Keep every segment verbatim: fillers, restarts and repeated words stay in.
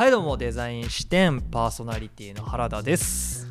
はいどうも、デザイン視点パーソナリティの原田です。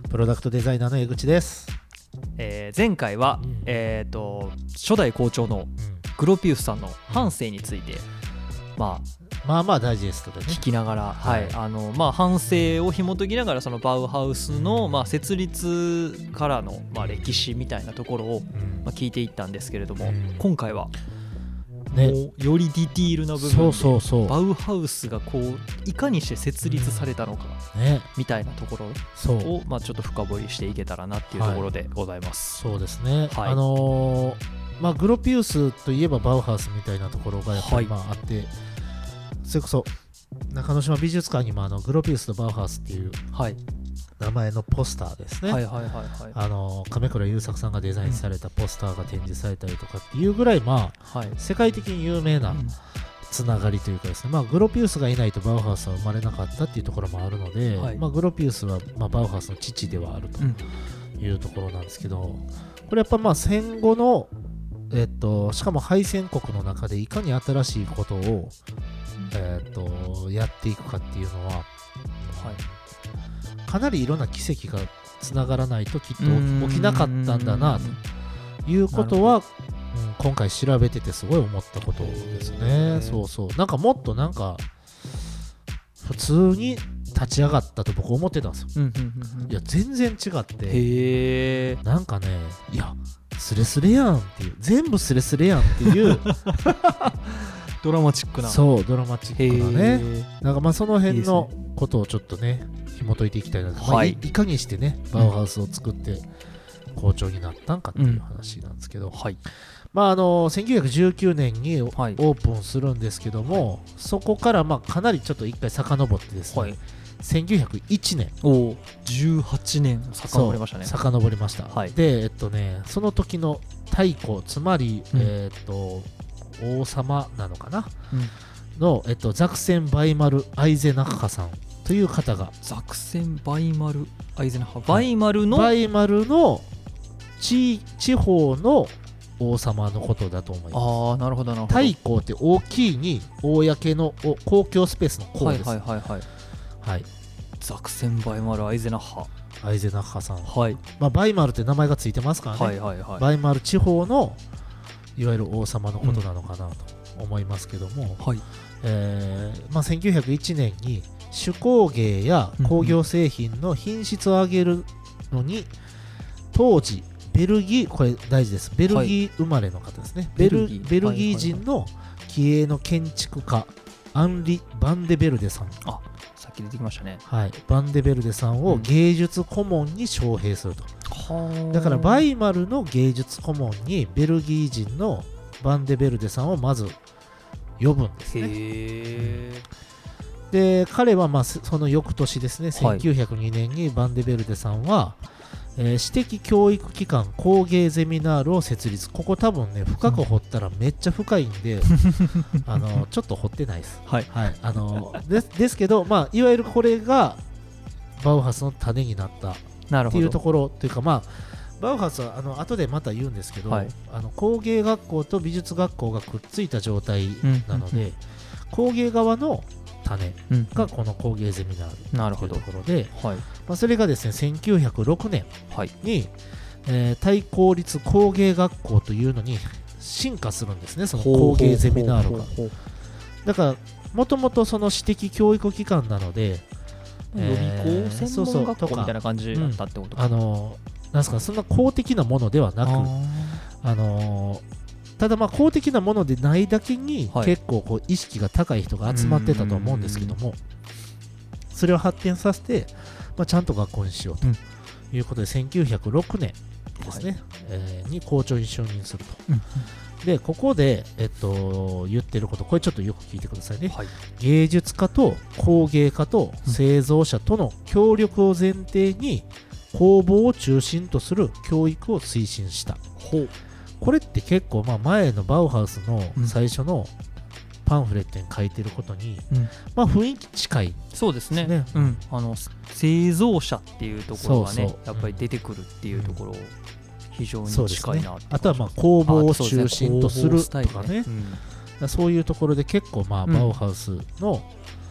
プロダクトデザイナーの江口です。 えー、前回は、うん、えーと初代校長のグロピウスさんの半生について、うん、まあまあまあダイジェストでね聞きながら、はいはい、あのまあ半生を紐解きながら、そのバウハウスの、まあ、設立からの、まあ、歴史みたいなところを、うんまあ、聞いていったんですけれども、うん、今回はね、もうよりディティールな部分で、そうそうそう、バウハウスがこういかにして設立されたのか、ね、みたいなところを、まあ、ちょっと深掘りしていけたらなっていうところでございます、 はい、そうですね、はい、あのーまあ、グロピウスといえばバウハウスみたいなところがやっぱりまああって、はい、それこそ中之島美術館にもあのグロピウスとバウハウスっていう、はい名前のポスターですね、はいはいはいはい、あの亀倉優作さんがデザインされたポスターが展示されたりとかっていうぐらい、まあ、はい、世界的に有名なつながりというかですね、まあ、グロピウスがいないとバウハウスは生まれなかったっていうところもあるので、はいまあ、グロピウスはまあバウハウスの父ではあるというところなんですけど、これやっぱまあ戦後の、えっと、しかも敗戦国の中でいかに新しいことを、えっと、やっていくかっていうのは、はいかなりいろんな奇跡がつながらないときっと起きなかったんだなということは、うん、今回調べててすごい思ったことですね。そうそう、なんかもっとなんか普通に立ち上がったと僕思ってたんですよ、うんうんうんうん、いや全然違って、へーなんかね、いやスレスレやんっていう、全部スレスレやんっていうドラマチックな、 そうドラマチックなね、なんかまあその辺のことをちょっとね紐解いていきたいなと、はいまあ、い, いかにしてねバウハウスを作って校長になったんかっていう話なんですけど、うんはいまあ、あのせんきゅうひゃくじゅうきゅうねんにオープンするんですけども、はい、そこからまあかなりちょっと一回遡ってですね、はい、せんきゅうひゃくいちねんおじゅうはちねん遡りましたね。 遡りました、はい、でえっとねその時の太閤つまり、うんえっと王様なのかな、うん、の、えっと、ザクセン・バイマル・アイゼナッハさんという方が、 ザクセン・バイマル・アイゼナッハ、バイマルのバイマルの 地, 地方の王様のことだと思います。 ああ、なるほどなるほど。 太閤って大きいに公の公共スペースの公です。はいはいはいはい、 はい、ザクセン・バイマル・アイゼナッハアイゼナッハさん、はいまあ、バイマルって名前がついてますからね、はいはいはい、バイマル地方のいわゆる王様のことなのかなと思いますけども、うんはいえーまあ、せんきゅうひゃくいちねんに手工芸や工業製品の品質を上げるのに、うん、当時ベルギー、これ大事です、ベルギー生まれの方ですね、はい、ベルギー、ベルギー人の気鋭の建築家、アンリ・バンデベルデさん、 あ、さっき出てきましたね、 はい、バンデベルデさんを芸術顧問に招聘すると、うん、だからバイマルの芸術顧問にベルギー人のバンデベルデさんをまず呼ぶんですね。へー、で彼はまあその翌年ですね、はい、せんきゅうひゃくにねんにバンデベルデさんは、えー、私的教育機関工芸ゼミナールを設立。ここ多分ね深く掘ったらめっちゃ深いんであのちょっと掘ってないです、はいはい、あの で, ですけど、まあ、いわゆるこれがバウハウスの種になったっていうところというか、まあバウハウスはあの後でまた言うんですけど、はい、あの工芸学校と美術学校がくっついた状態なので、うんうんうん、工芸側の種がこの工芸ゼミナールというところで、はいまあ、それがですねせんきゅうひゃくろくねんに、はいえー、太閤立工芸学校というのに進化するんですね、その工芸ゼミナールが。だからもともとその私的教育機関なので、 予備校専門学校みたいな感じだったってことか、 うん、あのなんすか、そんな公的なものではなく、あ、あのー、ただまあ公的なものでないだけに、はい、結構こう意識が高い人が集まってたと思うんですけども、それを発展させて、まあ、ちゃんと学校にしようということで、うん、せんきゅうひゃくろくねんですね、はいえー、に校長に就任すると、うん、でここで、えっと、言ってること、これちょっとよく聞いてくださいね、はい、芸術家と工芸家と製造者との協力を前提に工房を中心とする教育を推進した。ほう、これって結構まあ前のバウハウスの最初のパンフレットに書いてることに、うん、まあ雰囲気近いですね。 そうですね、うん、あの製造者っていうところがね、そうそうやっぱり出てくるっていうところ、非常に近いな、ね、 あとはまあ工房を中心とするとかね、そういうところで結構まあバウハウスの、うん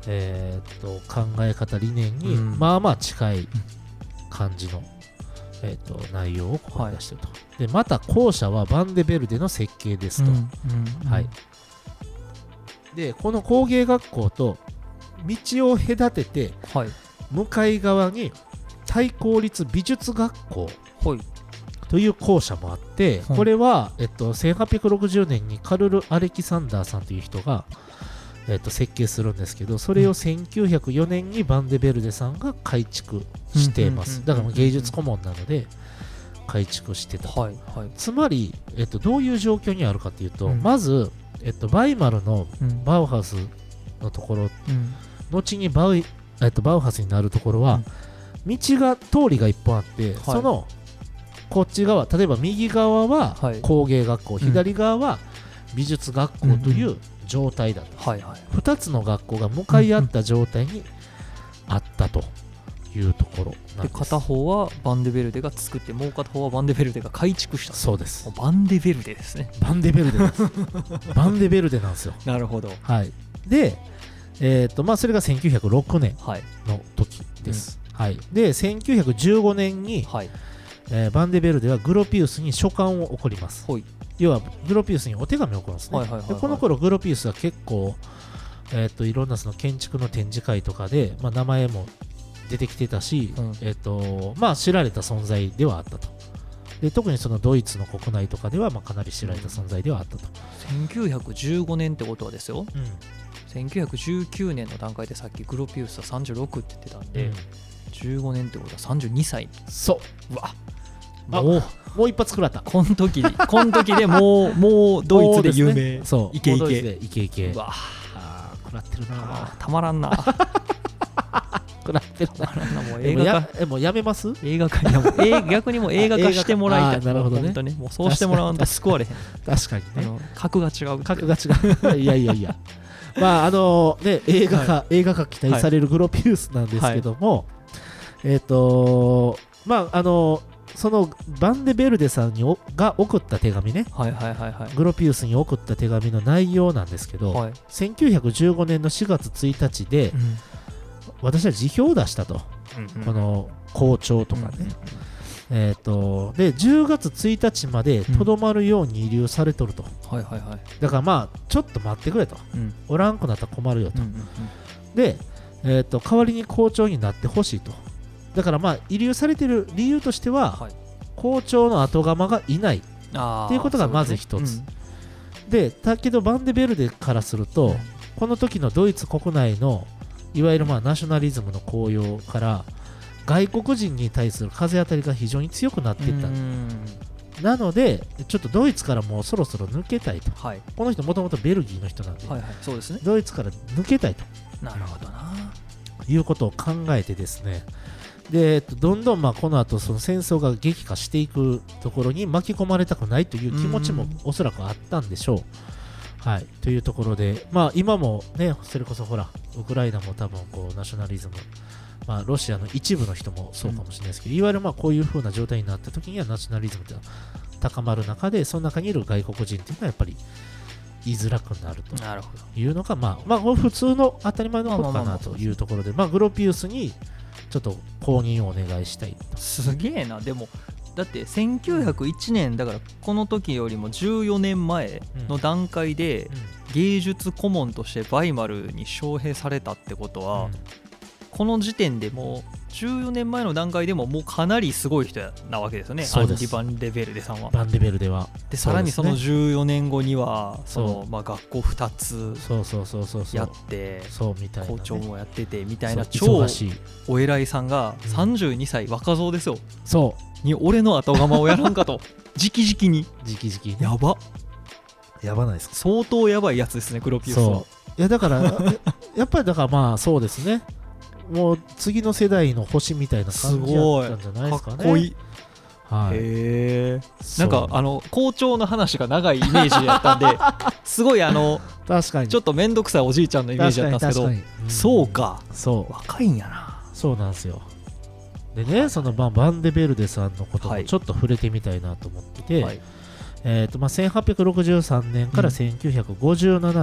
えー、と考え方理念に、 うん、 まあまあ近い感じの、えー、と内容をここに出していると、はい、でまた校舎はバンデベルデの設計ですと、うんうんうん、はい、でこの工芸学校と道を隔てて、はい、向かい側に対公立美術学校という校舎もあって、はい、これは、えっと、せんはっぴゃくろくじゅうねんにカルル・アレキサンダーさんという人が、えっと、設計するんですけど、それをせんきゅうひゃくよねんにバンデベルデさんが改築しています。だから芸術顧問なので改築してたと、はいはい、つまり、えっと、どういう状況にあるかというと、うん、まず、えっと、バイマルのバウハウスのところ、うん、後にバウ、えっと、バウハウスになるところは、うん、道が通りがいっぽんあって、はい、そのこっち側、例えば右側は工芸学校、はい、左側は美術学校という状態だった、はいはい、ふたつの学校が向かい合った状態にあったというところなんです。で片方はバンデベルデが作って、もう片方はバンデベルデが改築した。 そうです。 バンデベルデですね。 バンデベルデですバンデベルデなんですよ。 なるほど、 はい、で、えーとまあ、それがせんきゅうひゃくろくねんの時です、はい、うんはい、でせんきゅうひゃくじゅうごねんに、はい、えー、バンデベルデはグロピウスに書簡を送ります、はい、要はグロピウスにお手紙を送るんですね、はいはいはいはい、でこの頃グロピウスは結構、えー、といろんなその建築の展示会とかで、まあ、名前も出てきてたし、うん、えーとまあ、知られた存在ではあったと。で特にそのドイツの国内とかではまあかなり知られた存在ではあったと。 せんきゅうひゃくじゅうごねんってことはですよ、うん、せんきゅうひゃくじゅうきゅうねんの段階でさっきグロピウスはさんじゅうろくって言ってたんで、うん、じゅうごねんってことはさんじゅうにさい。 そう、 うわもうもう一発食らった。 この時この時でもうもうドイツで有名、 ね、そうイケイケ、 ドイツでイケイケ。 うわあ食らってるな。 たまらんな食らってるな。 もう映画化、 えもうやめます？ 映画化いやもうえ逆にもう映画化してもらいたい。 なるほどね。 本当ねもうそうしてもらわんと救われへん。 確かにね。あの格が違う。 格が違う。いやいやいや。まああのね映画化、はい、映画化期待されるグロピウスなんですけども、はい、えっ、ー、とまああのそのバンデベルデさんにおが送った手紙ね、はいはいはいはい、グロピウスに送った手紙の内容なんですけど、はい、せんきゅうひゃくじゅうごねんのしがつついたちで、うん、私は辞表を出したと、うんうん、この校長とかね、うんうんうん、えーとでじゅうがつついたちまでとどまるように遺留されとると、うんはいはいはい、だからまあちょっと待ってくれと、うん、おらんくなったら困るよと、うんうんうん、で、えーと代わりに校長になってほしいと。だからまあ遺留されている理由としては、はい、校長の後釜がいないっていうことがまず一つ、ねうん、でだけどバンデベルデからすると、うん、この時のドイツ国内のいわゆるまあナショナリズムの高揚から外国人に対する風当たりが非常に強くなっていったなのでちょっとドイツからもうそろそろ抜けたいと、はい、この人もともとベルギーの人なんで、はいはいそうですね、ドイツから抜けたいとなるほどないうことを考えてですね、で、えっと、どんどんまあこの後その戦争が激化していくところに巻き込まれたくないという気持ちもおそらくあったんでしょう。はい、というところで、まあ、今もねそれこそほらウクライナも多分こうナショナリズム、まあ、ロシアの一部の人もそうかもしれないですけど、うん、いわゆるまあこういう風な状態になった時にはナショナリズムって高まる中でその中にいる外国人っていうのはやっぱり言いづらくなるというのがまあまあ普通の当たり前のことかなというところで、まあグロピウスにちょっと公認をお願いしたい。 すげえな。でもだってせんきゅうひゃくいちねんだからこの時よりもじゅうよねんまえの段階で芸術顧問としてバイマルに招聘されたってことは、うん、この時点でもうじゅうよねんまえの段階でももうかなりすごい人なわけですよね。アンディ・バンデベルデさんは。 バンデベルデはでさらにそのじゅうよねんごにはそのまあ学校ふたつやって校長もやっててみたいな超お偉いさんがさんじゅうにさい若造ですよ。 そうに俺の後釜をやらんかと直々に直々にやばやばないですか。 相当やばいやつですねグロピウスは。 そういやだからやっぱりだからまあそうですね、もう次の世代の星みたいな感じだったんじゃないですかね。 かっこいい。はい、へえ。なんかあの校長の話が長いイメージやったんですごいあの確かにちょっと面倒くさいおじいちゃんのイメージだったんですけど、うん、そうかそう若いんやな。 そうなんですよ。でねそのバンデベルデさんのこともちょっと触れてみたいなと思ってて、はいえーとまあ、せんはっぴゃくろくじゅうさんねんからせんきゅうひゃくごじゅうななねん、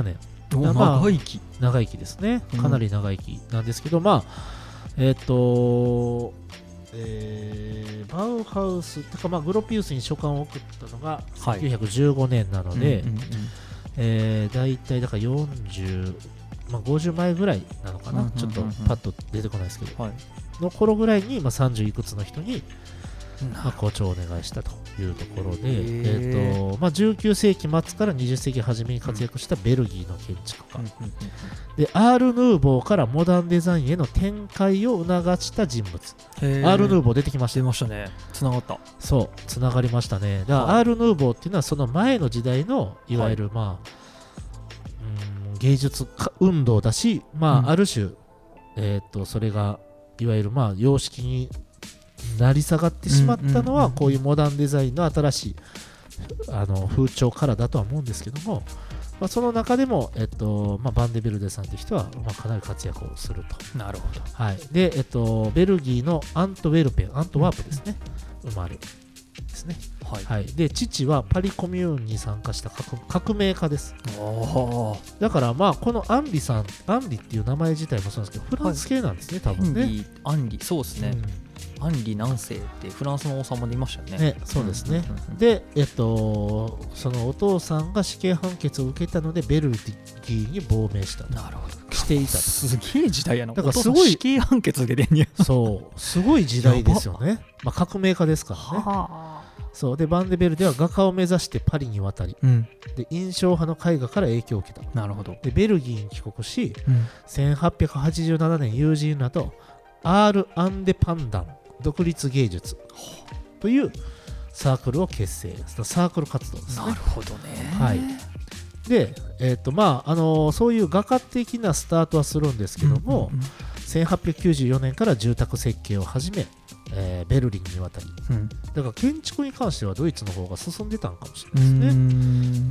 まあ、長生き長生きですね、かなり長生きなんですけど、うん、まあえっ、ー、とえー、バウハウスとか、まあ、グロピウスに書簡を送ったのがせんきゅうひゃくじゅうごねんなので、えー、大体だからよんじゅう、まあ、ごじゅうまえぐらいなのかな、うんうんうんうん、ちょっとパッと出てこないですけど、はい、の頃ぐらいに、まあ、さんじゅういくつの人に、まあ、校長をお願いしたというところで、えーとまあ、じゅうきゅうせいき末からにじゅっせいき初めに活躍したベルギーの建築家、うん、でアール・ヌーボーからモダンデザインへの展開を促した人物。アール・ヌーボー出てきました。 出ましたね。つながった。 そうつながりましたね。だから、はい、アール・ヌーボーっていうのはその前の時代のいわゆる、まあ、はい、うん芸術運動だし、まあ、うん、ある種、えー、とそれがいわゆるまあ様式に成り下がってしまったのはこういうモダンデザインの新しいあの風潮からだとは思うんですけども、まあ、その中でも、えっとまあ、バンデベルデさんという人は、まあ、かなり活躍をすると。 なるほど。 はい、で、えっと、ベルギーのアントウェルペンアントワープですね、うん、生まれですね。はいはい、で父はパリコミューンに参加した 革, 革命家です。だからまあこのアンリさんアンリっていう名前自体もそうなんですけどフランス系なんですね、はい、多分ね。 アンリそうですね、うん、アンリ何世ってフランスの王様でいましたよね。 ねそうですね、うんうん、で、えっと、そのお父さんが死刑判決を受けたのでベルギーに亡命した。 なるほど。 していた。 すげえ時代やな。 だからすごい死刑判決受けてんや。 そうすごい時代ですよね。まあ、革命家ですからね。はあ。そうでバンデベルデは画家を目指してパリに渡り、うん、で印象派の絵画から影響を受けた。 なるほど。 でベルギーに帰国し、うん、せんはっぴゃくはちじゅうななねん友人らとアール・アンデパンダン独立芸術というサークルを結成。サークル活動ですね。 なるほどね。 はい。で、えーとまああのー、そういう画家的なスタートはするんですけども、うんうんうん、せんはっぴゃくきゅうじゅうよねんから住宅設計を始め、えー、ベルリンに渡り、うん、だから建築に関してはドイツの方が進んでたのかもしれないですね。うん、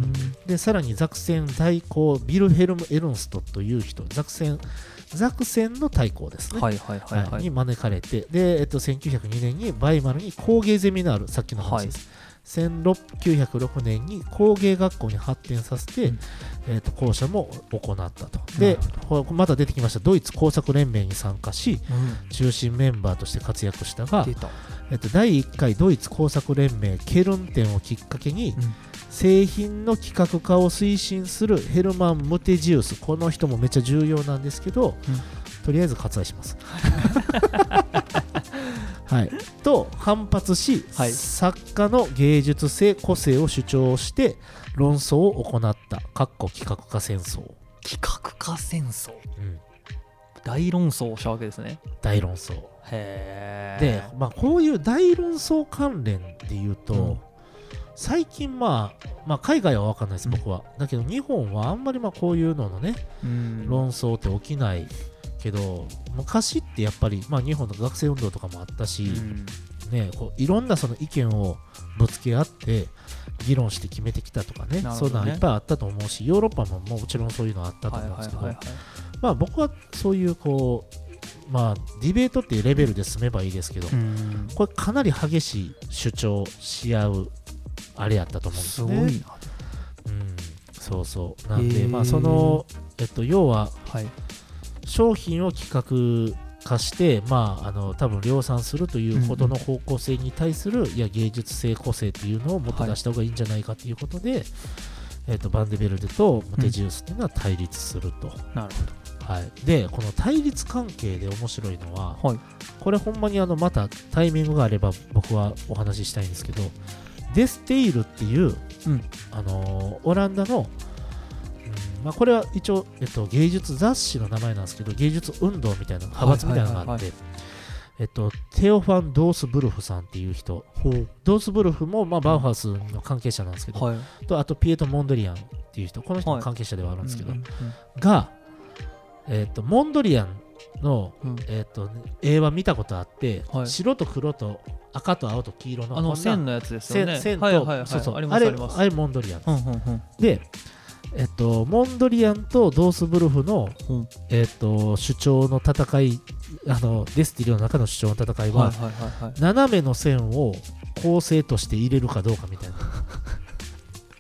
でさらにザクセン大公ビルヘルム・エルンストという人、ザクセンザクセンの大公ですね、はいはいはいはいはい、に招かれて、で、えっと、せんきゅうひゃくにねんにバイマルに工芸ゼミナール、さっきの話です、はい、せんきゅうひゃくろくねんに工芸学校に発展させて、うん、えー、と校舎も行ったと。でまた出てきましたドイツ工作連盟に参加し、うん、中心メンバーとして活躍したが、えー、とだいいっかいドイツ工作連盟ケルン展をきっかけに、うん、製品の企画化を推進するヘルマン・ムテジウス、この人もめっちゃ重要なんですけど、うん、とりあえず割愛しますはい、と反発し、はい、作家の芸術性個性を主張して論争を行った。かっこ企画化戦争。 企画化戦争、うん、大論争をしたわけですね。 大論争。 へー。 で、まあ、こういう大論争関連でいうと、うん、最近、まあ、まあ海外は分かんないです、僕は。だけど日本はあんまりまあこういうののね、うん、論争って起きないけど、昔ってやっぱり、まあ、日本の学生運動とかもあったし、うんね、こういろんなその意見をぶつけ合って議論して決めてきたとか ね, ねそういうのはいっぱいあったと思うし、ヨーロッパももちろんそういうのあったと思うんですけど、まあ僕はそういうこう、まあ、ディベートっていうレベルで進めばいいですけど、うん、これかなり激しい主張し合うあれやったと思うんですね。すごいな。うん、そうそうなんで、まあそのえっと要は、はい、商品を企画化して、まあ、あの多分量産するということの方向性に対する、うんうん、いや芸術性個性というのをもっと出した方がいいんじゃないかということで、はい、えー、とバンデベルデとモテジウスというのは対立すると、うん、なるほど、はい、でこの対立関係で面白いのは、はい、これほんまにあのまたタイミングがあれば僕はお話ししたいんですけど、デステイルっていう、うん、あのー、オランダのまあ、これは一応、えっと、芸術雑誌の名前なんですけど、芸術運動みたいな派閥みたいなのがあって、えっと、テオファン・ドースブルフさんっていう人、ドースブルフもまあバウハウスの関係者なんですけど、はい、とあとピエト・モンドリアンっていう人、この人も関係者ではあるんですけど、はい、が、えっと、モンドリアンの、うん、えっと、絵は見たことあって、はい、白と黒と赤と青と黄色のあの線のやつですよね。 線と、はいはいはい、そうそう、ありますあります。あれモンドリアンです、うんうんうん、でえっと、モンドリアンとドースブルフの、うん、えっと、主張の戦い、あのデスティリの中の主張の戦いは、はいはいはいはい、斜めの線を構成として入れるかどうかみたいな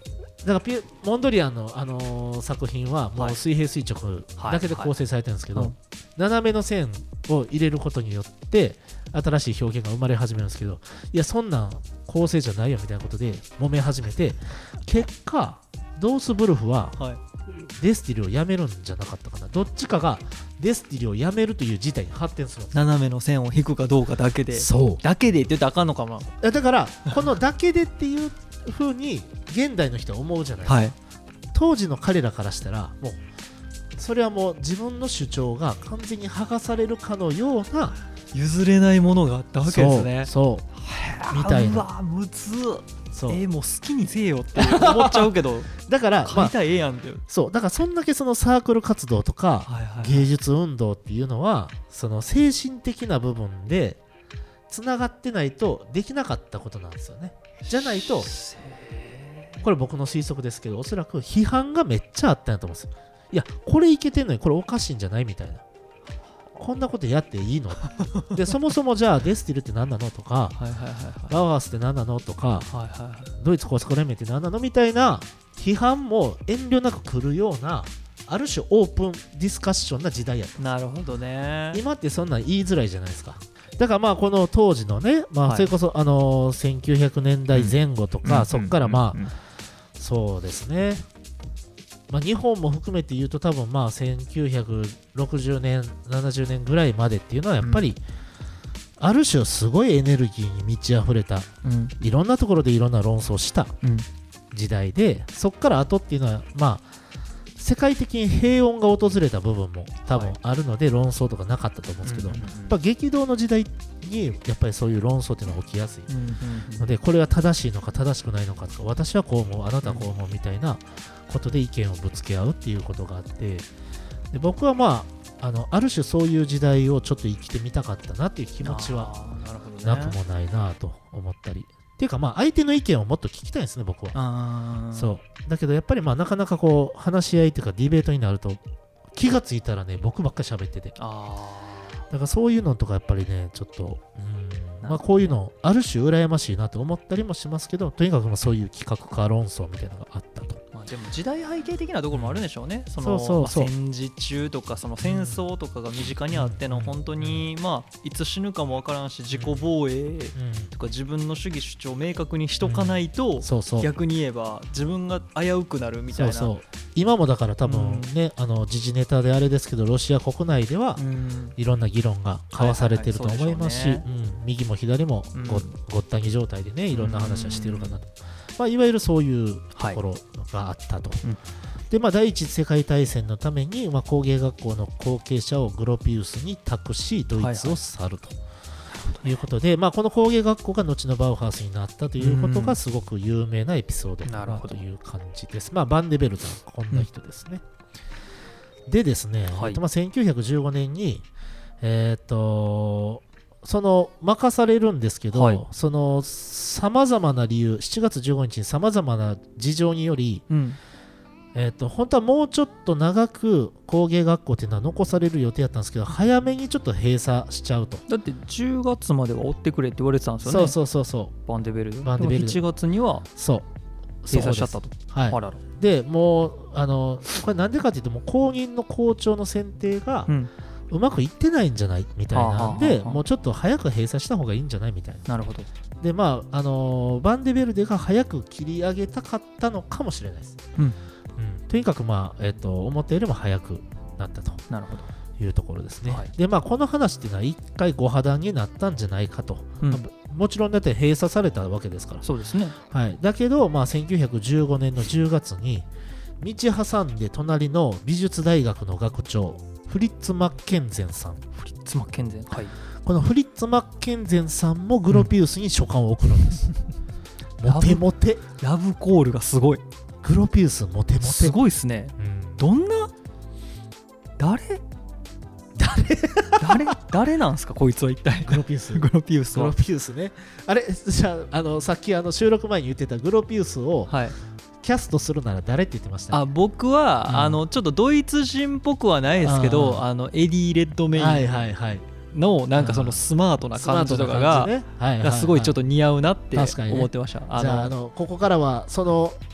だからモンドリアンの、あのー、作品はもう水平垂直だけで構成されてるんですけど、はいはいはい、斜めの線を入れることによって新しい表現が生まれ始めるんですけど、いやそんなん構成じゃないよみたいなことで揉め始めて、結果ドースブルフはデスティリをやめるんじゃなかったかな、どっちかがデスティリをやめるという事態に発展するんです。 斜めの線を引くかどうかだけで、 そうだけでって言ったらあかんのかな。 だからこのだけでっていう風に現代の人は思うじゃないですか、はい、当時の彼らからしたらもうそれはもう自分の主張が完全に剥がされるかのような譲れないものがあったわけですね。 そうそうみたいな。うわむずそうえー、もう好きにせえよって思っちゃうけどだから書いたらええやんって、まあ、 そうだからそんだけそのサークル活動とか、はいはいはい、芸術運動っていうのはその精神的な部分でつながってないとできなかったことなんですよね。じゃないとこれ僕の推測ですけど、おそらく批判がめっちゃあったんやと思うんですよ。いやこれいけてんのにこれおかしいんじゃないみたいな、こんなことやっていいのでそもそもじゃあデスティルって何なのとか、はいはいはいはい、バウハウスって何なのとか、はいはいはい、ドイツ工作連盟って何なのみたいな批判も遠慮なく来るようなある種オープンディスカッションな時代やった。 なるほどね。 今ってそんなん言いづらいじゃないですか。だからまあこの当時のね、まあそれこそあのせんきゅうひゃくねんだいぜん後とかそこからまあそうですね、まあ日本も含めて言うと多分まあせんきゅうひゃくろくじゅうねんななじゅうねんぐらいまでっていうのはやっぱりある種すごいエネルギーに満ち溢れた、いろんなところでいろんな論争した時代で、そこから後っていうのはまあ世界的に平穏が訪れた部分も多分あるので論争とかなかったと思うんですけど、やっぱ激動の時代にやっぱりそういう論争っていうのが起きやすいので、これは正しいのか正しくないのかとか、私はこう思うあなたはこう思うみたいなことで意見をぶつけ合うっていうことがあって、で僕はまああのある種そういう時代をちょっと生きてみたかったなっていう気持ちはなくもないなと思ったり。っていうかまあ相手の意見をもっと聞きたいんですね僕は。あそうだけどやっぱりまあなかなかこう話し合いというかディベートになると気がついたらね僕ばっかり喋ってて、あだからそういうのとかやっぱりねちょっとうんまあこういうのある種羨ましいなと思ったりもしますけど、とにかくまあそういう企画化論争みたいなのがあったと。 まあ、でも時代背景的なところもあるんでしょうね。そのそうそうそう、まあ、戦時中とかその戦争とかが身近にあっての本当にまあいつ死ぬかもわからんし自己防衛とか自分の主義主張を明確にしとかないと逆に言えば自分が危うくなるみたいな。そうそう今もだから多分ね、うん、あの時事ネタであれですけどロシア国内ではいろんな議論が交わされてると思いますし、右も左も ご,、うん、ごったに状態でねいろんな話はしてるかなと、まあ、いわゆるそういうところがあったと、はいうん、でまあ、第一次世界大戦のために、まあ、工芸学校の後継者をグロピウスに託しドイツを去るということで、はいはい、まあ、この工芸学校が後のバウハウスになったということがすごく有名なエピソードだなという感じです。まあ、バンデベルトはこんな人ですね、うん、でですね、はい、えっとまあ、せんきゅうひゃくじゅうごねんにえっ、ー、とその任されるんですけど、はい、そのさまざまな理由しちがつじゅうごにちにさまざまな事情により、うん、えー、と本当はもうちょっと長く工芸学校っていうのは残される予定だったんですけど早めにちょっと閉鎖しちゃうと。 だってじゅうがつまでは追ってくれって言われてたんですよね。 そうそうそうそうバンデベルデバンデベルデしちがつにはそう閉鎖しちゃったと。 はい、あららでもうあのこれなんでかっていうともう後任の校長の選定が、うん、うまくいってないんじゃないみたいなんで、はあはあはあ、もうちょっと早く閉鎖した方がいいんじゃないみたいな。 なるほど。 でまああのー、バンデベルデが早く切り上げたかったのかもしれないです、うんうん、とにかくまあ、えー、と思ったよりも早くなったとなるほどいうところですね、はい、でまあこの話っていうのは一回ご破談になったんじゃないかと、うんまあ、もちろんだって閉鎖されたわけですから。 そうですね、 はい、だけど、まあ、せんきゅうひゃくじゅうごねんのじゅうがつに道挟んで隣の美術大学の学長フリッツ・マッケンゼンさんフリッツ・マッケンゼン、はい、 このフリッツ・マッケンゼンさんもグロピウスに書簡を送るんです、うん、モテモテラブコールがすごい。 グロピウスモテモテすごいっすね、うん、どんな誰誰誰誰なんすかこいつは一体。 グロピウスグロピウスはグロピウスね。あれじゃあ、あのさっきあの収録前に言ってたグロピウスを、はい、キャストするなら誰って言ってました、ね、 あ僕は、うん、あのちょっとドイツ人っぽくはないですけど、あのエディ・レッドメイン、はいはいはい、のなんかそのスマートな感じとかがすごいちょっと似合うなって思ってました。 じゃあ、あのここからはその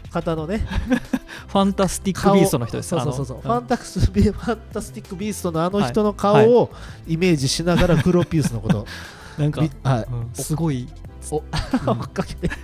方のねファンタスティックビーストの人です。 そうそうそうそうファンタスファンタスティックビーストのあの人の顔をイメージしながらグロピウスのことなんか、 はいうん、すごいお追っかけて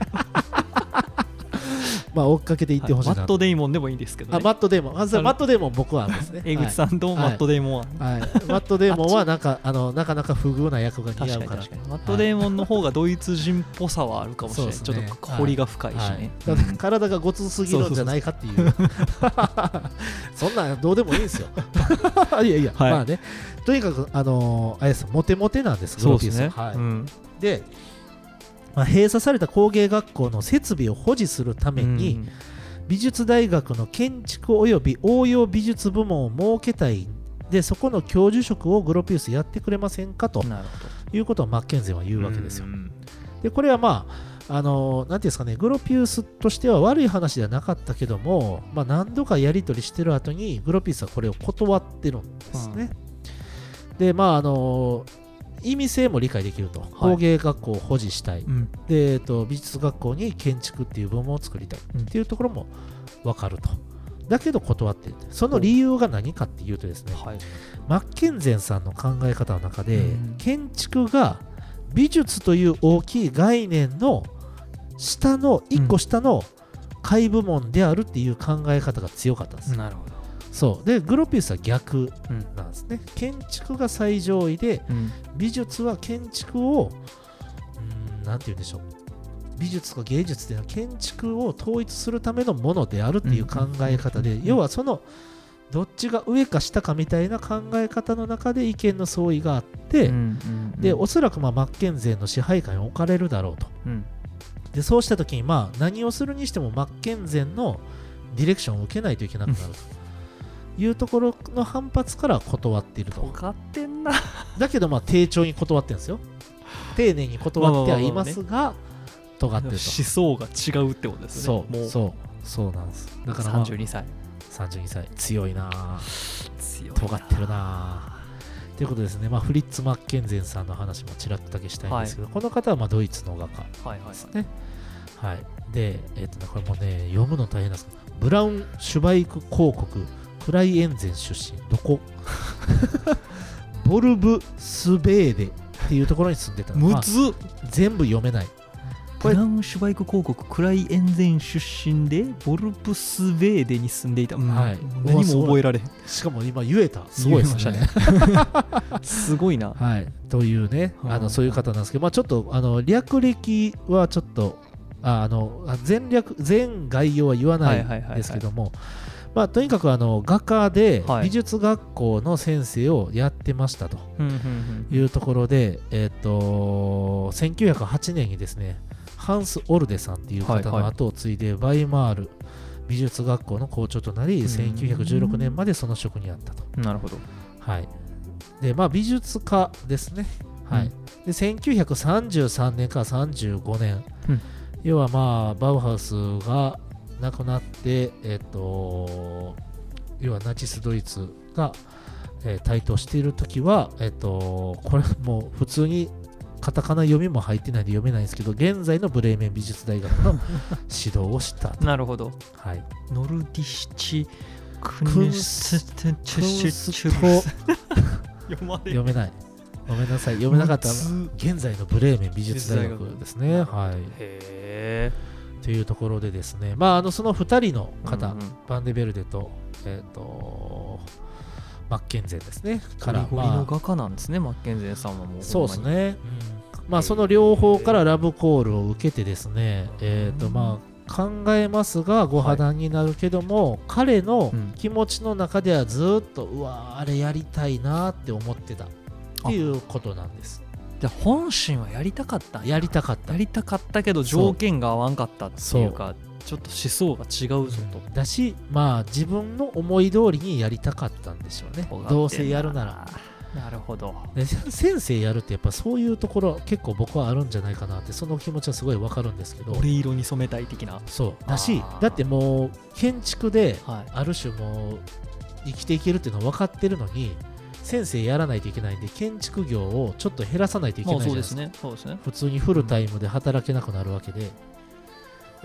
まあ追っかけていってほしいな、 はい、マット・デイモンでもいいんですけどね。 あマット・デイモンあそれマット・デイモン僕はですね江口さんとマット・デイモンは、 はいはい、マット・デイモンはなんかあのなかなか不遇な役が似合うから確かに確かにマット・デイモンの方がドイツ人っぽさはあるかもしれない、ね、ちょっと彫りが深いしね、はいだって体がごつすぎるんじゃないかっていうそんなんどうでもいいんですよいやいや、はい、まあねとにかくあのー、あれですモテモテなんですグロピウス、ねはいうん、で、まあ、閉鎖された工芸学校の設備を保持するために、うん美術大学の建築及び応用美術部門を設けたいでそこの教授職をグロピウスやってくれませんかということをマッケンゼンは言うわけですよ。でこれはまああのなんていうんですかねグロピウスとしては悪い話ではなかったけども、まあ、何度かやり取りしてる後にグロピウスはこれを断ってるんですね。でまああの意味性も理解できると、はい、工芸学校を保持したい、うん、でえっと、美術学校に建築っていう部門を作りたいっていうところも分かると、だけど断っている。その理由が何かっていうとですね、はい、マッケンゼンさんの考え方の中で、うん、建築が美術という大きい概念の下のいっこ下の下部門であるっていう考え方が強かったんです。 なるほど。 そうでグロピウスは逆なんですね、うん、建築が最上位で、うん、美術は建築をうんなんて言うんでしょう美術とか芸術というのは建築を統一するためのものであるっていう考え方で、うん、要はそのどっちが上か下かみたいな考え方の中で意見の相違があって、うんうんうん、でおそらくまあマッケンゼンの支配下に置かれるだろうと、うん、でそうした時にまあ何をするにしてもマッケンゼンのディレクションを受けないといけなくなると、うんいうところの反発から断っていると。 尖ってんなだけどまあ丁重に断ってるんですよ。丁寧に断ってはいますが尖ってると。 思想が違うってことですよね。 そうもうそうそうなんです。だから、まあ、 さんじゅうにさいさんじゅうにさい強いな強いな尖ってるなということですね。まあフリッツ・マッケンゼンさんの話もちらっとだけしたいんですけど、はい、この方はまあドイツの画家ですね。はいはいはい、はい、でえっ、ー、とねこれもね読むの大変なんですけどブラウンシュバイク広告クライエンゼン出身どこボルブスベーデっていうところに住んでたむず、まあ、全部読めない。 ブラウンシュバイク広告クライエンゼン出身でボルブスベーデに住んでいた、うんはい、何も覚えられへん。 しかも今言えたすごいですねすごいな、 はい、というねあのそういう方なんですけど、まあ、ちょっとあの略歴はちょっとああの全略全概要は言わないんですけども、はいはいはいはいまあ、とにかくあの画家で美術学校の先生をやってましたというところで、えっとせんきゅうひゃくはちねんにですねハンス・オルデさんっていう方の後を継いでバイマール美術学校の校長となりせんきゅうひゃくじゅうろくねんまでその職にあったと。 なるほど。 はいでまあ、美術家ですね、はい、でせんきゅうひゃくさんじゅうさんねんからさんじゅうごねん、うん、要はまあバウハウスが亡くなって、えっと、要はナチスドイツが、えー、台頭しているときは、えっと、これもう普通にカタカナ読みも入ってないんで読めないんですけど、現在のブレーメン美術大学の指導をしたと。 なるほど。 はい。 ノルディシチクンステンチュシチュス読めない。ごめんなさい。読めなかった。現在のブレーメン美術大学ですね。はい。へー。というところでですね、まあ、あのそのふたりの方、うんうん、バンデベルデと、えー、とマッケンゼンですねから、ゴリゴリの画家なんですね、まあ、マッケンゼンさんはもうそうですね、うんまあ、その両方からラブコールを受けてですね、えーとまあ、考えますがご破談になるけども、はい、彼の気持ちの中ではずっと、うん、うわあれやりたいなって思ってたっていうことなんです。 じゃあ本心はやりたかったやりたかったやりたかったけど条件が合わんかったっていうかちょっと思想が違うぞと、 だしまあ自分の思い通りにやりたかったんでしょうね。どうせやるなら。 なるほど。 で先生やるってやっぱそういうところ結構僕はあるんじゃないかなって、その気持ちはすごい分かるんですけど、 俺色に染めたい的な。 そうだし、だってもう建築である種もう生きていけるっていうのは分かってるのに先生やらないといけないんで、建築業をちょっと減らさないといけないじゃないですか。 そうですね、そうですね。 普通にフルタイムで働けなくなるわけで、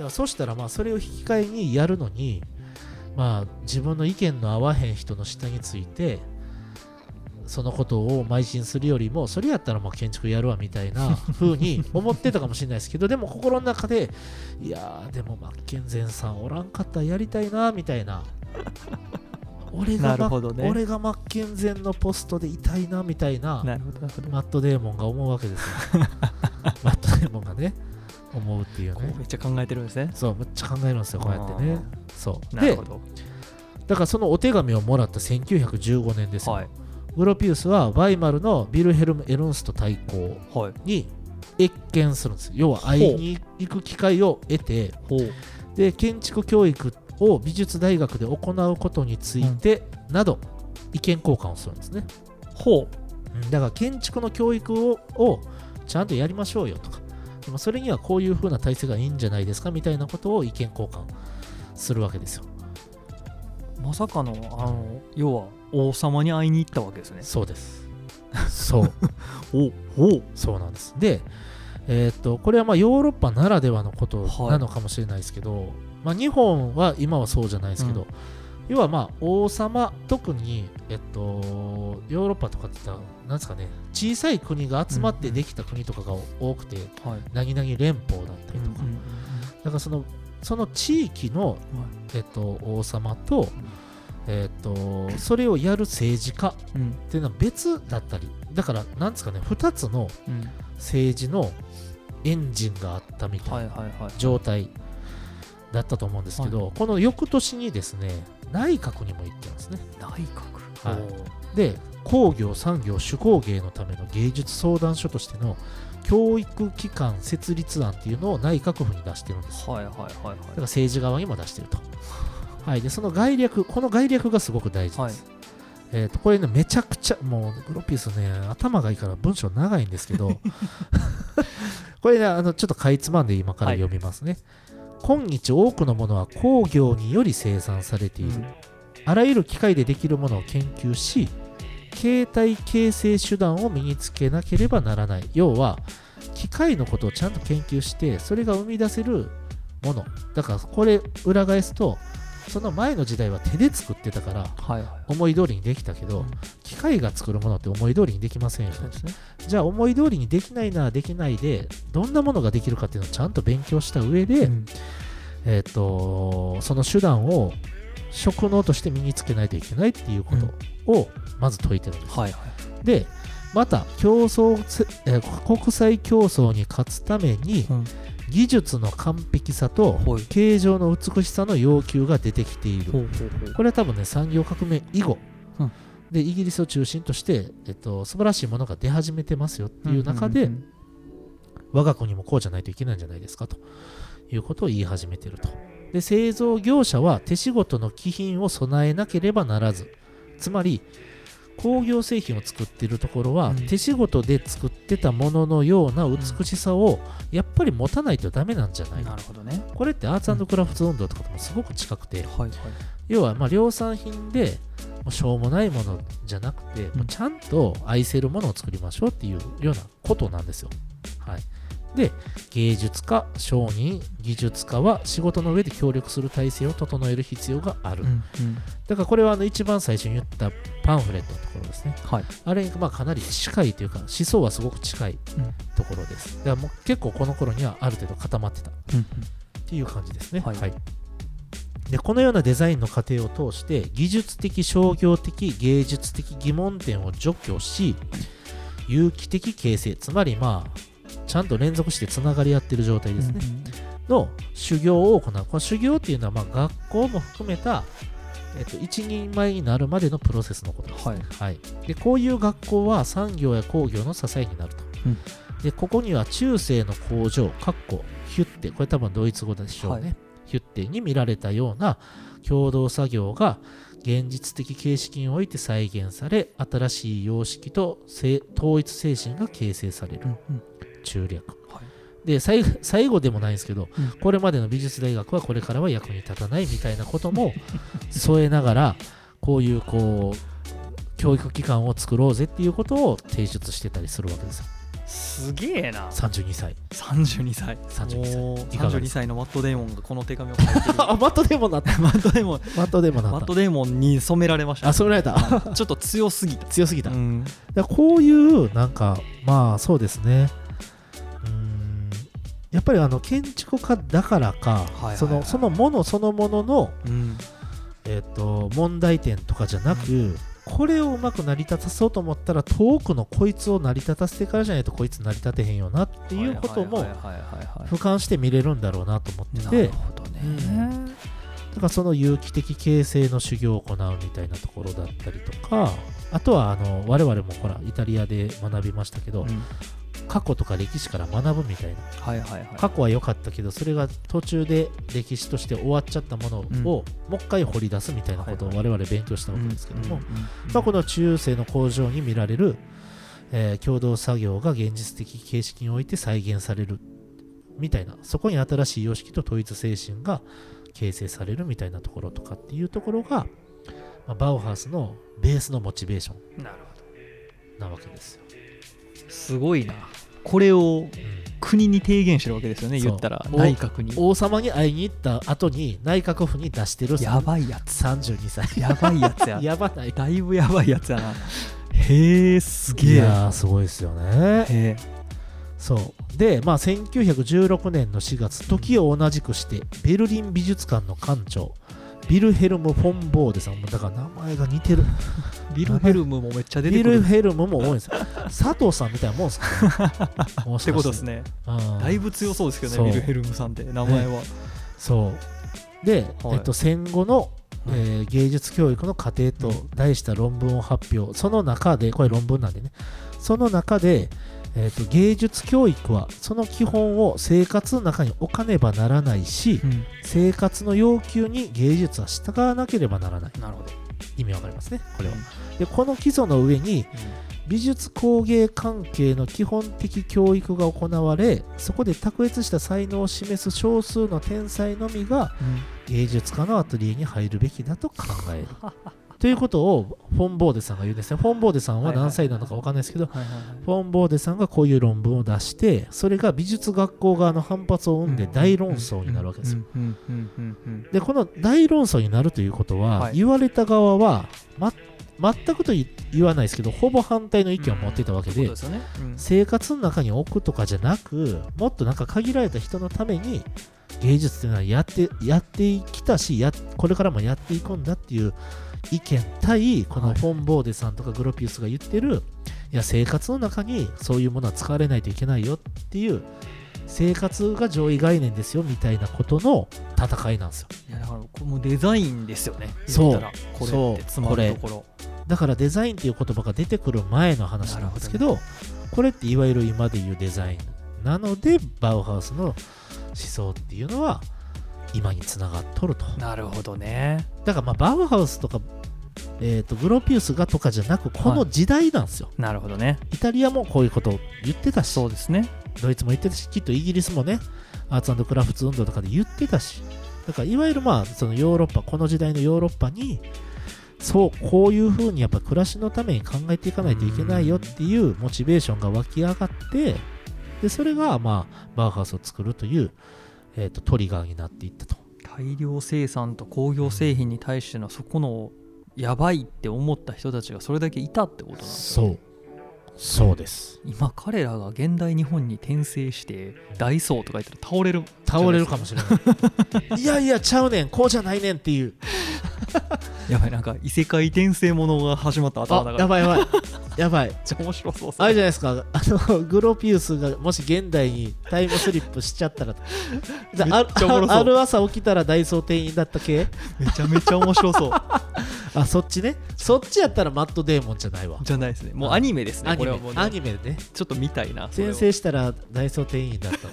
からそしたらまあそれを引き換えにやるのに、まあ、自分の意見の合わへん人の下についてそのことを邁進するよりもそれやったらまあ建築やるわみたいな風に思ってたかもしれないですけどでも心の中でいやーでもマッケンゼンさんおらんかったらやりたいなみたいな俺がマ、ね、俺がマッケンゼンのポストでいたいなみたいななるほどなるほどマットデーモンが思うわけですよマットデーモンがね思うっていうねめっちゃ考えてるんですねそうめっちゃ考えるんですよこうやってねそうなるほどでだからそのお手紙をもらったせんきゅうひゃくじゅうごねんですよ、はい、グロピウスはワイマルのビルヘルム・エルンスト大公に謁見するんです、はい、要は会いに行く機会を得てで建築教育を美術大学で行うことについてなど意見交換をするんですね、 ほうだから建築の教育を、をちゃんとやりましょうよとかでもそれにはこういう風な体制がいいんじゃないですかみたいなことを意見交換するわけですよ。 まさかのあの要は王様に会いに行ったわけですね。 そうですそうおおそうなんです。で、えー、っとこれはまあヨーロッパならではのことなのかもしれないですけど、はいまあ、日本は今はそうじゃないですけど、うん、要はまあ王様特に、えっと、ヨーロッパとかって言ったらなんですかね小さい国が集まってできた国とかが多くて、うんうん、何々連邦だったりとか、うんうんうん、だからそのその地域の、えっと、王様と、えっと、それをやる政治家っていうのは別だったりだからなんですかねふたつの政治のエンジンがあったみたいな状態だったと思うんですけど、はい、この翌年にですね内閣にも行ってるんですね。 内閣、 はい、で工業産業手工芸のための芸術相談所としての教育機関設立案っていうのを内閣府に出してるんです。 はいはいはいはい。だから政治側にも出してると。はい。でその概略この概略がすごく大事です。はい、えっ、ー、とこれねめちゃくちゃもうグロピウスね頭がいいから文章長いんですけどこれねあのちょっとかいつまんで今から読みますね。はい、今日多くのものは工業により生産されている。うん、あらゆる機械でできるものを研究し。形態形成手段を身につけなければならない。要は機械のことをちゃんと研究してそれが生み出せるものだからこれ裏返すとその前の時代は手で作ってたから思い通りにできたけど、はいはい、機械が作るものって思い通りにできませんよね。じゃあ思い通りにできないならできないでどんなものができるかっていうのをちゃんと勉強した上で、うん、えーとその手段を職能として身につけないといけないっていうことをまず説いてるんです、うんはいはい、でまた競争、えー、国際競争に勝つために、うん、技術の完璧さと形状の美しさの要求が出てきている、はい、これは多分ね産業革命以後、うん、でイギリスを中心として、えっと、素晴らしいものが出始めてますよっていう中で、うんうんうんうん、我が国もこうじゃないといけないんじゃないですかということを言い始めていると。で製造業者は手仕事の気品を備えなければならずつまり工業製品を作っているところは、うん、手仕事で作ってたもののような美しさをやっぱり持たないとダメなんじゃない、うん、なるほどね。これってアーツ&クラフト運動とかともすごく近くて、うんはいはい、要はまあ量産品でもうしょうもないものじゃなくて、うん、もうちゃんと愛せるものを作りましょうっていうようなことなんですよ。はいで芸術家、商人、技術家は仕事の上で協力する体制を整える必要がある、うんうん、だからこれはあの一番最初に言ったパンフレットのところですね、はい、あれまあかなり近いというか思想はすごく近いところです、うん、だからもう結構この頃にはある程度固まってた、うんうん、っていう感じですね、はいはい、でこのようなデザインの過程を通して技術的、商業的、芸術的疑問点を除去し有機的形成つまりまあちゃんと連続してつながり合っている状態ですね、うんうん、の修行を行う。この修行っていうのはまあ学校も含めた、えっと、一人前になるまでのプロセスのことです、ねはいはい、でこういう学校は産業や工業の支えになると、うん、でここには中世の工場かっこヒュッテこれ多分ドイツ語でしょうね、はい、ヒュッテに見られたような共同作業が現実的形式において再現され新しい様式と統一精神が形成される、うんうん中略、はい、で 最, 最後でもないんですけど、うん、これまでの美術大学はこれからは役に立たないみたいなことも添えながらこういうこう教育機関を作ろうぜっていうことを提出してたりするわけですよ。 すげえな。 さんじゅうにさいさんじゅうにさいさんじゅうにさいさんじゅうにさいのマット・デーモンがこの手紙を書いてるあマットデーモンなったマット・デーモンマットデーモンなったマット・デーモンに染められました、 あ染められたちょっと強すぎた強すぎた、 うん、 だからこういうなんかまあそうですね、うーんやっぱりあの建築家だからか、はいはいはい、そのそのものそのものの、うんえー、と問題点とかじゃなく、うん、これをうまく成り立たそうと思ったら遠くのこいつを成り立たせてからじゃないとこいつ成り立てへんよなっていうことも俯瞰して見れるんだろうなと思ってて、なるほどね、うん、だからその有機的形成の修行を行うみたいなところだったりとか、あとはあの我々もほらイタリアで学びましたけど、うん過去とか歴史から学ぶみたいな、はいはいはい、過去は良かったけどそれが途中で歴史として終わっちゃったものを、うん、もう一回掘り出すみたいなことを我々勉強したわけですけども、この中世の工場に見られる、えー、共同作業が現実的形式において再現されるみたいな、そこに新しい様式と統一精神が形成されるみたいなところとかっていうところが、まあ、バウハウスのベースのモチベーションなわけですよ。 すごいな。これを国に提言してるわけですよね、言ったら内閣に。 王様に会いに行った後に内閣府に出してるやばいやつさんじゅうにさいやばいやつややばない、 だいぶやばいやつやな。へえすげえ。 いやすごいですよね。へそうで、まあ、せんきゅうひゃくじゅうろくねんのしがつ、時を同じくしてベルリン美術館の館長ビルヘルム・フォン・ボーデさんもだから名前が似てるビルヘルムもめっちゃ出てくる。 ビルヘルムも多いんですよ佐藤さんみたいなもんですかねってことですね。だいぶ強そうですけどねビルヘルムさんって名前は、ね、 そうで、はいえっと、戦後の、えー、芸術教育の過程と題した論文を発表、その中でこれ論文なんでね、その中でえー、と芸術教育はその基本を生活の中に置かねばならないし、うん、生活の要求に芸術は従わなければならない。 なるほど。 意味わかりますねこれは、うん、でこの基礎の上に、うん、美術工芸関係の基本的教育が行われ、そこで卓越した才能を示す少数の天才のみが、うん、芸術家のアトリエに入るべきだと考えるということをフォン・ボーデさんが言うんですね。フォン・ボーデさんは何歳なのか分かんないですけど、フォン・ボーデさんがこういう論文を出して、それが美術学校側の反発を生んで大論争になるわけですよ。で、この大論争になるということは、はい、言われた側は、ま、全くと言わないですけど、ほぼ反対の意見を持っていたわけで、うんねうん、生活の中に置くとかじゃなく、もっとなんか限られた人のために芸術というのはやって、やってきたしや、これからもやっていくんだっていう意見対このフォン・ボーデさんとかグロピウスが言ってる、いや生活の中にそういうものは使われないといけないよっていう、生活が上位概念ですよみたいなことの戦いなんですよ。 いやだからこれもデザインですよね。 そうこれってつまるところだからデザインっていう言葉が出てくる前の話なんですけど、これっていわゆる今でいうデザインなので、バウハウスの思想っていうのは今につながっとると。 なるほどね。 だからまあバウハウスとか、えー、とグロピウスがとかじゃなく、この時代なんですよ、はい、 なるほどね。 イタリアもこういうことを言ってたし、 そうですね、 ドイツも言ってたし、きっとイギリスもね、アーツ&クラフト運動とかで言ってたし、だからいわゆるまあそのヨーロッパ、この時代のヨーロッパに、そうこういうふうにやっぱ暮らしのために考えていかないといけないよっていうモチベーションが湧き上がって、でそれがまあバウハウスを作るという、えー、とトリガーになっていったと。 大量生産と工業製品に対してのそこのやばいって思った人たちがそれだけいたってことなんですよね。 そうそうです。 今彼らが現代日本に転生してダイソーとか言ったら倒れる倒れるかもしれないいやいやちゃうねん、こうじゃないねんっていうやばい、なんか異世界転生ものが始まった頭だからやばいやばいやばいめっちゃ面白そう。 あれじゃないですか、あのグロピウスがもし現代にタイムスリップしちゃったらめっちゃおもろそう。ある朝起きたらダイソー店員だった系めちゃめちゃ面白そうあ、そっちね。そっちやったらマットデーモンじゃないわ。 じゃないですね。もうアニメですね。これはもうね、 アニメでね。 ちょっと見たいな。 先生したらダイソー店員だった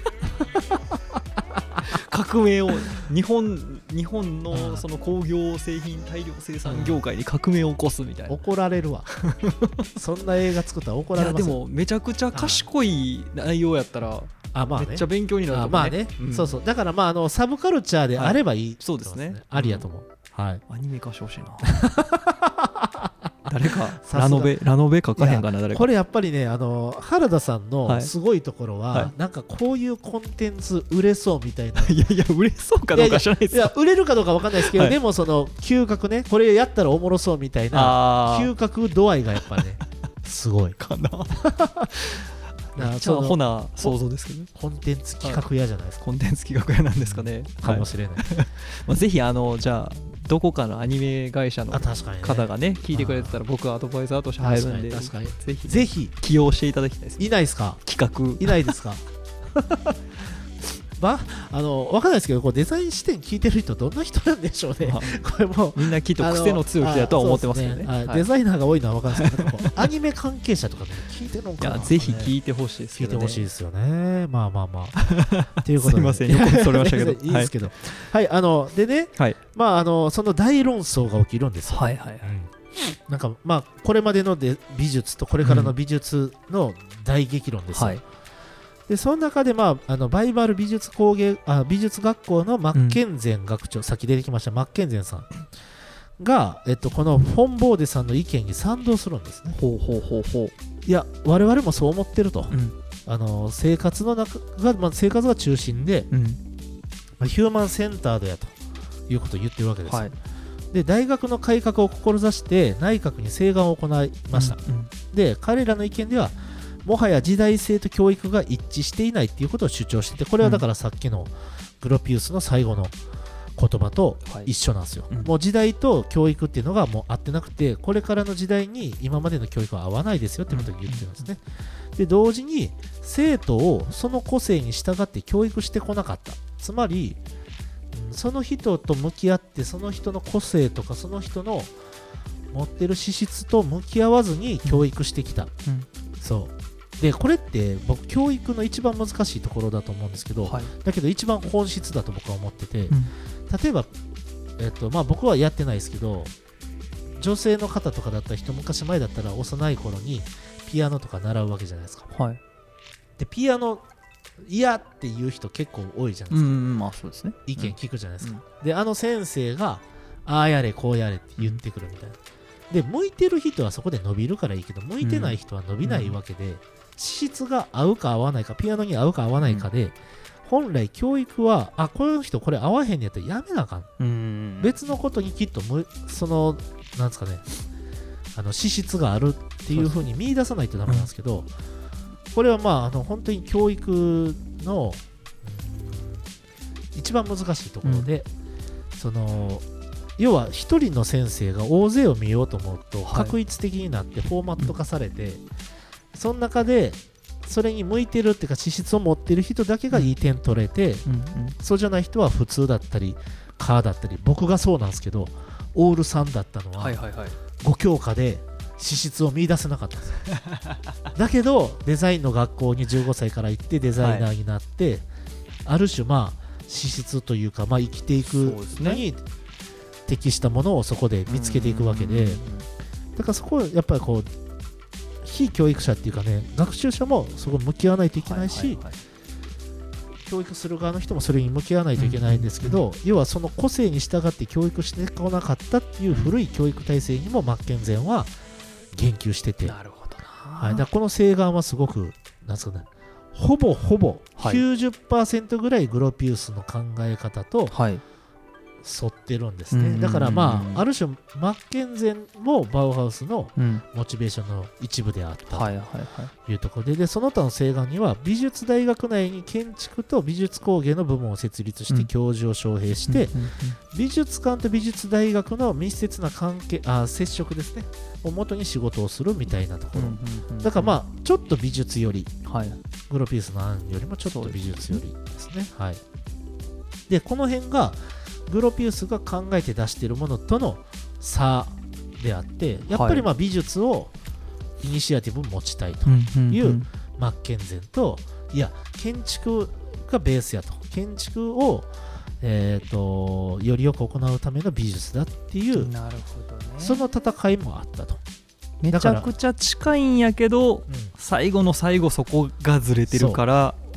革命を日本日本のその工業製品大量生産業界に革命を起こすみたいな。 怒られるわそんな映画作ったら怒られます。 いやでもめちゃくちゃ賢い内容やったらあ、まあね、 めっちゃ勉強になるとかね。あ、まあね、うん、そうそう。だからまああのサブカルチャーであればいい、 はい、そうですね。 ありやと思う、うん、はい。 アニメ化してほしいな誰かラノベラノベ書かへんかな誰か。 これやっぱりね、あの原田さんのすごいところは、 はいはい、 なんかこういうコンテンツ売れそうみたいな。 いやいや売れそうかどうか知らないですよ。 いや売れるかどうか分かんないですけど、はい、でもその嗅覚ね、これやったらおもろそうみたいな嗅覚度合いがやっぱねすごいかな。めっちゃアホな想像ですけど、ね、 コンテンツ企画屋じゃないですか、 はい、コンテンツ企画屋なんですかね、 かもしれない、はい、 まあぜひあのじゃあどこかのアニメ会社の方がね聞いてくれてたら僕はアドバイザーとして入るんで、 確かにぜひぜひ起用していただきたいです。 いないですか企画いないですかまあの分かんないですけど、こうデザイン視点聞いてる人どんな人なんでしょうね、まあ、これもみんなきっと癖の強い人だとは思ってますけどね、 ね、はい、デザイナーが多いのは分かるんですけどアニメ関係者とかね聞いてるのかな、 いやぜひ聞いてほしいですよね。 聞いてほしいですよね。まあまあまあということで、すいませんよくそれましたけどいいですけど、はい、はい、あのでね、はい、まああのその大論争が起きるんですよ。 はいはいはい、うん、 なんかまあこれまでので美術とこれからの美術の大激論ですよ、うん、はい、でその中で、まあ、あのバイマル美術工芸あ美術学校のマッケンゼン学長、うん、さっき出てきましたマッケンゼンさんが、えっと、このフォンボーデさんの意見に賛同するんですね。 ほうほうほうほう。 いや我々もそう思ってると、うん、あの生活の中が、まあ、生活が中心で、うん、まあ、ヒューマンセンタードやということを言ってるわけです、はい、で大学の改革を志して内閣に請願を行いました、うんうん、で彼らの意見ではもはや時代性と教育が一致していないっていうことを主張してて、これはだからさっきのグロピウスの最後の言葉と一緒なんですよ、はい、うん、もう時代と教育っていうのがもう合ってなくて、これからの時代に今までの教育は合わないですよってことを言ってるんですね。で同時に生徒をその個性に従って教育してこなかった、つまり、うん、その人と向き合ってその人の個性とかその人の持ってる資質と向き合わずに教育してきた、うんうん、そうでこれって僕教育の一番難しいところだと思うんですけど、はい、だけど一番本質だと僕は思ってて、うん、例えば、えっとまあ、僕はやってないですけど、女性の方とかだったら一昔前だったら幼い頃にピアノとか習うわけじゃないですか、はい、でピアノ嫌っていう人結構多いじゃないですか、うん、まあそうですね、意見聞くじゃないですか、うん、であの先生がああやれこうやれって言ってくるみたいな、うん、で向いてる人はそこで伸びるからいいけど向いてない人は伸びないわけで、うんうん、資質が合うか合わないか、ピアノに合うか合わないかで、うん、本来教育はあこの人これ合わへんやったらやめなあかん、うん、別のことにきっとむそのなんですかね、あの資質があるっていう風に見出さないとダメなんですけど、これはまああの本当に教育の、うん、一番難しいところで、うん、その要は一人の先生が大勢を見ようと思うと確一的になってフォーマット化されて、はい、その中でそれに向いてるっていうか資質を持ってる人だけがいい点取れて、うんうん、そうじゃない人は普通だったりカーだったり、僕がそうなんですけどオールさんだったのはご教科で資質を見出せなかったんですよだけどデザインの学校にじゅうごさいから行ってデザイナーになって、はい、ある種まあ資質というか、まあ、生きていくのに適したものをそこで見つけていくわけで、だからそこはやっぱりこう非教育者っていうかね、学習者もそこ向き合わないといけないし、はいはいはい、教育する側の人もそれに向き合わないといけないんですけど、うんうんうん、要はその個性に従って教育してこなかったっていう古い教育体制にもマッケンゼンは言及してて、 なるほどな、 はい、だからこの請願はすごくなんですかね、ほぼほぼ きゅうじゅっパーセント ぐらいグロピウスの考え方と、はい沿ってるんですね。だからまあある種マッケンゼンもバウハウスのモチベーションの一部であったというところで、でその他の請願には美術大学内に建築と美術工芸の部門を設立して教授を招聘して、美術館と美術大学の密接な関係あ接触ですねを元に仕事をするみたいなところ、だからまあちょっと美術より、はい、グロピウスの案よりもちょっと美術よりですね。はい、でこの辺がグロピウスが考えて出しているものとの差であって、やっぱりまあ美術をイニシアティブを持ちたいというマッケンゼンと、いや建築がベースやと、建築を、えー、とよりよく行うための美術だっていう、なるほどね、その戦いもあったと。 めちゃくちゃ近いんやけど、うん、最後の最後そこがずれてるから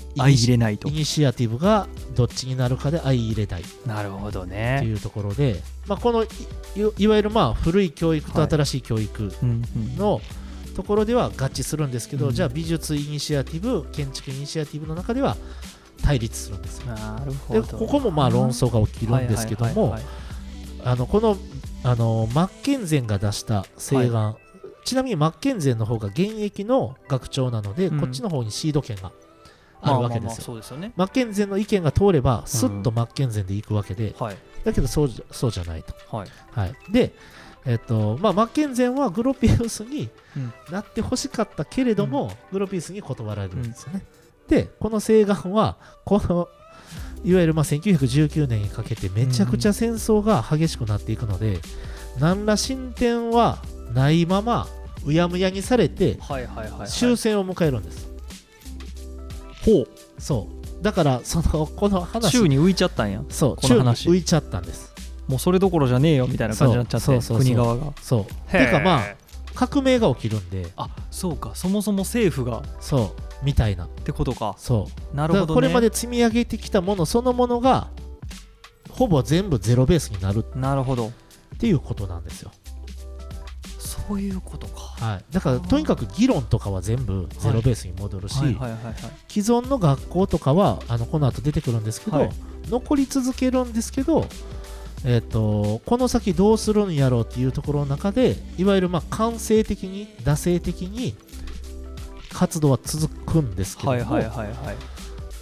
相入れないと。 イニシアティブがどっちになるかで相入れない。 なるほどね。 っていうところで、まあ、この い, いわゆるまあ古い教育と新しい教育のところでは合致するんですけど、 うん、 じゃあ美術イニシアティブ建築イニシアティブの中では対立するんですよ。 なるほど。 でここもまあ論争が起きるんですけども、あのこのあのマッケンゼンが出した請願、はい、ちなみにマッケンゼンの方が現役の学長なので、うん、こっちの方にシード権があるわけですよ。マッケンゼンの意見が通ればスッとマッケンゼンでいくわけで、うん、はい、だけどそうじゃ、そうじゃないと、はいはい、で、えっとまあ、マッケンゼンはグロピウスになってほしかったけれども、うん、グロピウスに断られるんですよね、うん、でこの請願はこのいわゆるまあせんきゅうひゃくじゅうきゅうねんにかけてめちゃくちゃ戦争が激しくなっていくので、うん、何ら進展はないままうやむやにされて終戦を迎えるんです。 ほう、 そうだからそのこの話宙に浮いちゃったんや。 そう、この話宙に浮いちゃったんです。 もうそれどころじゃねえよみたいな感じになっちゃって、そうそうそう国側が。 そうてかまあ革命が起きるんで、 あ、そうか、そもそも政府がそうみたいなってことか。 そうなるほどね。 これまで積み上げてきたものそのものがほぼ全部ゼロベースになる。 なるほどっていうことなんですよ。 そういうことか。 はい、だからとにかく議論とかは全部ゼロベースに戻るし、既存の学校とかはあのこの後出てくるんですけど、はい、残り続けるんですけど、えーと、この先どうするんやろうっていうところの中でいわゆるまあ慣性的に惰性的に活動は続くんですけども、はいはいはいはい、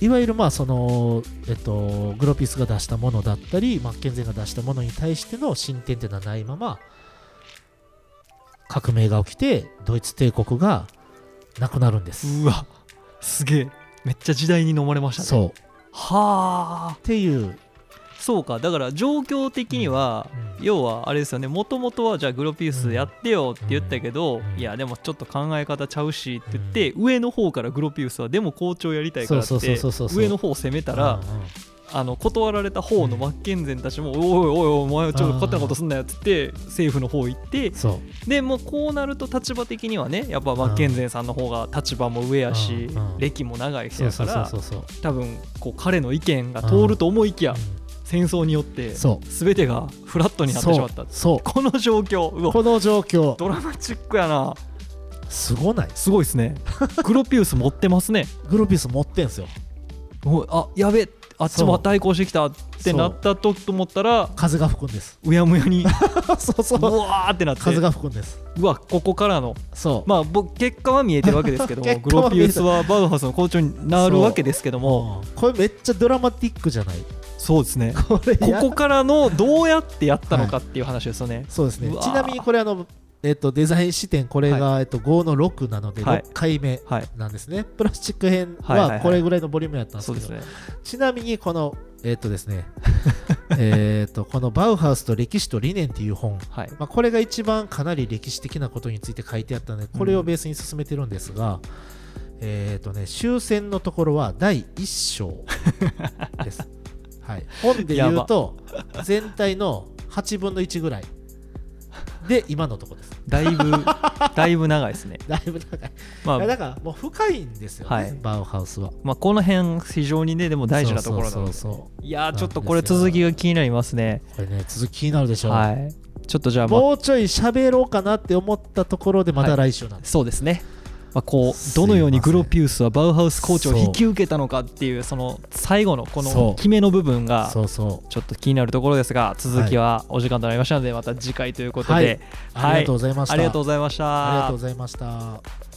いわゆるまあその、えっと、グロピウスが出したものだったりマッケンゼンが出したものに対しての進展っていうのはないまま革命が起きてドイツ帝国がなくなるんです。 うわ、すげえ、めっちゃ時代に飲まれましたね。 そうはあっていう。 そうか、だから状況的には、うんうん、要はあれですよね、もともとはじゃあグロピウスやってよって言ったけど、うんうん、いやでもちょっと考え方ちゃうしって言って、うん、上の方からグロピウスはでも校長やりたいからって上の方を攻めたら、うんうん、あの断られた方のマッケンゼンたちも、うん、おいおいおいお前ちょっと勝手なことすんなよっつって政府の方行って、でもうこうなると立場的にはね、やっぱマッケンゼンさんの方が立場も上やし、うん、歴も長い人やから多分こう彼の意見が通ると思いきや、うん戦争によって全てがフラットになってしまった。 そうこの状況、うわこの状況ドラマチックやな。 すごない？ すごいですね。グロピウス持ってますね。 グロピウス持ってんすよ。 あ、やべ、あっちも対抗してきたってなったとと思ったら風が吹くんです。 うやむやにそうそう、 うわーってなって風が吹くんです。 うわ、ここからのそうまあ僕結果は見えてるわけですけどもグロピウスはバウハウスの校長になるわけですけども、 うん、これめっちゃドラマティックじゃない？ そうですね。こ, ここからのどうやってやったのかっていう話ですよね。はい、 そうですね。ちなみにこれあの、えー、とデザイン視点これが、はい、えー、とごのろくなのでろっかいめなんですね。はい、プラスチック編はこれぐらいのボリュームやったんですけど、はいはいはい、ちなみにこのえっ、ー、とですねえとこのバウハウスと歴史と理念っていう本、はい、まあ、これが一番かなり歴史的なことについて書いてあったのでこれをベースに進めてるんですが、うん、えっ、ー、とね終戦のところはだいいっ章です。はい、本で言うと全体のはちぶんのいちぐらいで今のところです。 だいぶだいぶ長いですね。 だいぶ長い、まあ、だからもう深いんですよね、はい、バウハウスは。 まあ、この辺非常にねでも大事なところなので、そうそうそうそう、いやーちょっとこれ続きが気になりますね。 これね続き気になるでしょう、 はい、ちょっとじゃあ、 ま、もうちょい喋ろうかなって思ったところでまた来週なんです、はい、 そうですね。まあ、こうどのようにグロピウスはバウハウス校長を引き受けたのかっていうその最後のこの決めの部分がちょっと気になるところですが、続きはお時間となりましたのでまた次回ということで、 はい、ありがとうございました。 ありがとうございました。 ありがとうございました。